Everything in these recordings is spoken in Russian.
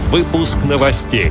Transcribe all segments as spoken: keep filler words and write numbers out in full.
Выпуск новостей.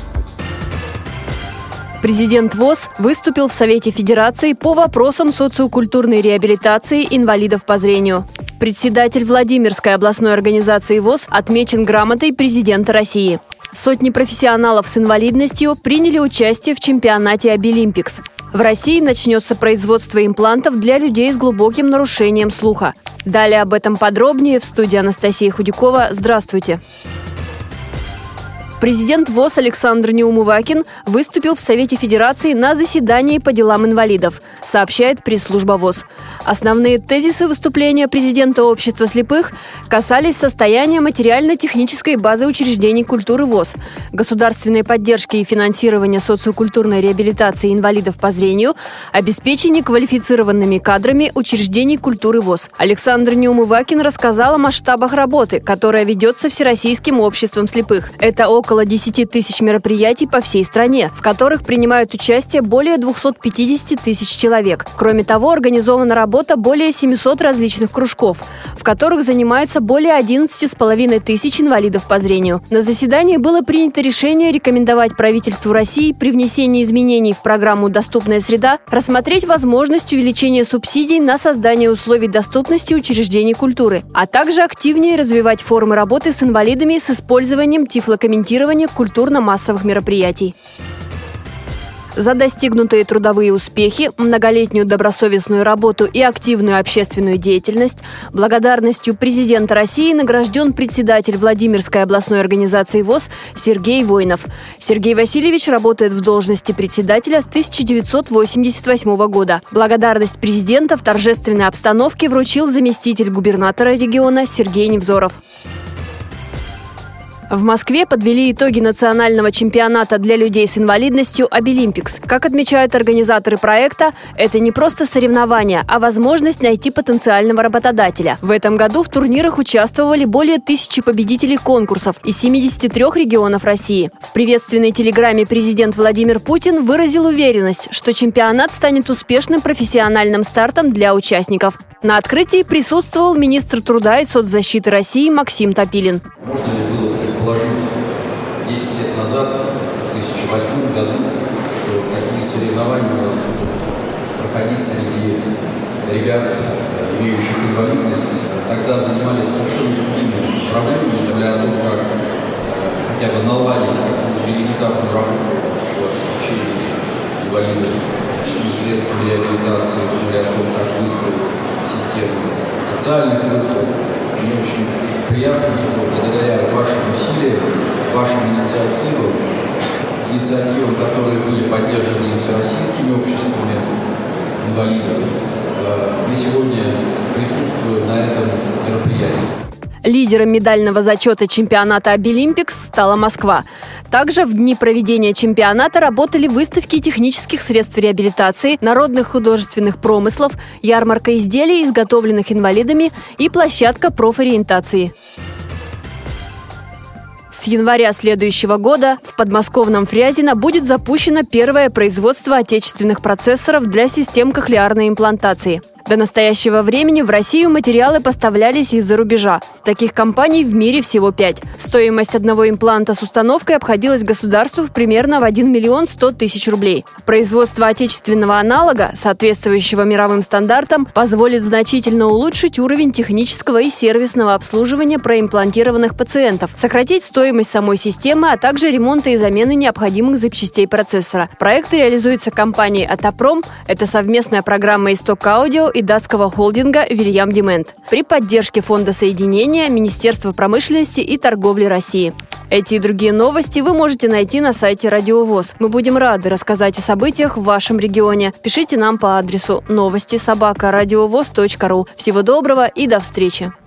Президент ВОС выступил в Совете Федерации по вопросам социокультурной реабилитации инвалидов по зрению. Председатель Владимирской областной организации ВОС отмечен грамотой президента России. Сотни профессионалов с инвалидностью приняли участие в чемпионате Обилимпикс. В России начнется производство имплантов для людей с глубоким нарушением слуха. Далее об этом подробнее в студии Анастасия Худякова. Здравствуйте. Президент ВОС Александр Неумывакин выступил в Совете Федерации на заседании по делам инвалидов, сообщает пресс-служба ВОС. Основные тезисы выступления президента общества слепых касались состояния материально-технической базы учреждений культуры ВОС, государственной поддержки и финансирования социокультурной реабилитации инвалидов по зрению, обеспечения квалифицированными кадрами учреждений культуры ВОС. Александр Неумывакин рассказал о масштабах работы, которая ведется Всероссийским обществом слепых. Это около около десяти тысяч мероприятий по всей стране, в которых принимают участие более двухсот пятидесяти тысяч человек. Кроме того, организована работа более семисот различных кружков, в которых занимаются более одиннадцати с половиной тысяч инвалидов по зрению. На заседании было принято решение рекомендовать правительству России при внесении изменений в программу «Доступная среда» рассмотреть возможность увеличения субсидий на создание условий доступности учреждений культуры, а также активнее развивать формы работы с инвалидами с использованием тифлокомментирования культурно-массовых мероприятий. За достигнутые трудовые успехи, многолетнюю добросовестную работу и активную общественную деятельность благодарностью президента России награжден председатель Владимирской областной организации ВОС Сергей Войнов. Сергей Васильевич работает в должности председателя с тысяча девятьсот восемьдесят восьмого года. Благодарность президента в торжественной обстановке вручил заместитель губернатора региона Сергей Невзоров. В Москве подвели итоги национального чемпионата для людей с инвалидностью «Обилимпикс». Как отмечают организаторы проекта, это не просто соревнования, а возможность найти потенциального работодателя. В этом году в турнирах участвовали более тысячи победителей конкурсов из семидесяти трёх регионов России. В приветственной телеграмме президент Владимир Путин выразил уверенность, что чемпионат станет успешным профессиональным стартом для участников. На открытии присутствовал министр труда и соцзащиты России Максим Топилин. Можно ли было предположить десять лет назад, в две тысячи восьмом году, что такие соревнования у нас будут проходить среди ребят, имеющих инвалидность? Тогда занимались совершенно другими проблемами для того, как хотя бы наладить какую-то реабилитарную работу в обеспечении инвалидов, средств реабилитации, для того, как выстроить систему социальных выплат. Мне очень приятно, что благодаря вашим усилиям, вашим инициативам, инициативам, которые были поддержаны всероссийскими обществами инвалидов, мы сегодня присутствуем на этом мероприятии. Лидером медального зачета чемпионата Обилимпикс стала Москва. Также в дни проведения чемпионата работали выставки технических средств реабилитации, народных художественных промыслов, ярмарка изделий, изготовленных инвалидами, и площадка профориентации. С января следующего года в подмосковном Фрязино будет запущено первое производство отечественных процессоров для систем кохлеарной имплантации. До настоящего времени в Россию материалы поставлялись из-за рубежа. Таких компаний в мире всего пять. Стоимость одного импланта с установкой обходилась государству в примерно в один миллион сто тысяч рублей. Производство отечественного аналога, соответствующего мировым стандартам, позволит значительно улучшить уровень технического и сервисного обслуживания проимплантированных пациентов, сократить стоимость самой системы, а также ремонта и замены необходимых запчастей процессора. Проект реализуется компанией «Атопром». Это совместная программа «Исток Аудио» и датского холдинга «Вильям Демент» при поддержке Фонда соединения, Министерства промышленности и торговли России. Эти и другие новости вы можете найти на сайте Радио ВОС. Мы будем рады рассказать о событиях в вашем регионе. Пишите нам по адресу новости собака радиовоз точка ру. Всего доброго и до встречи!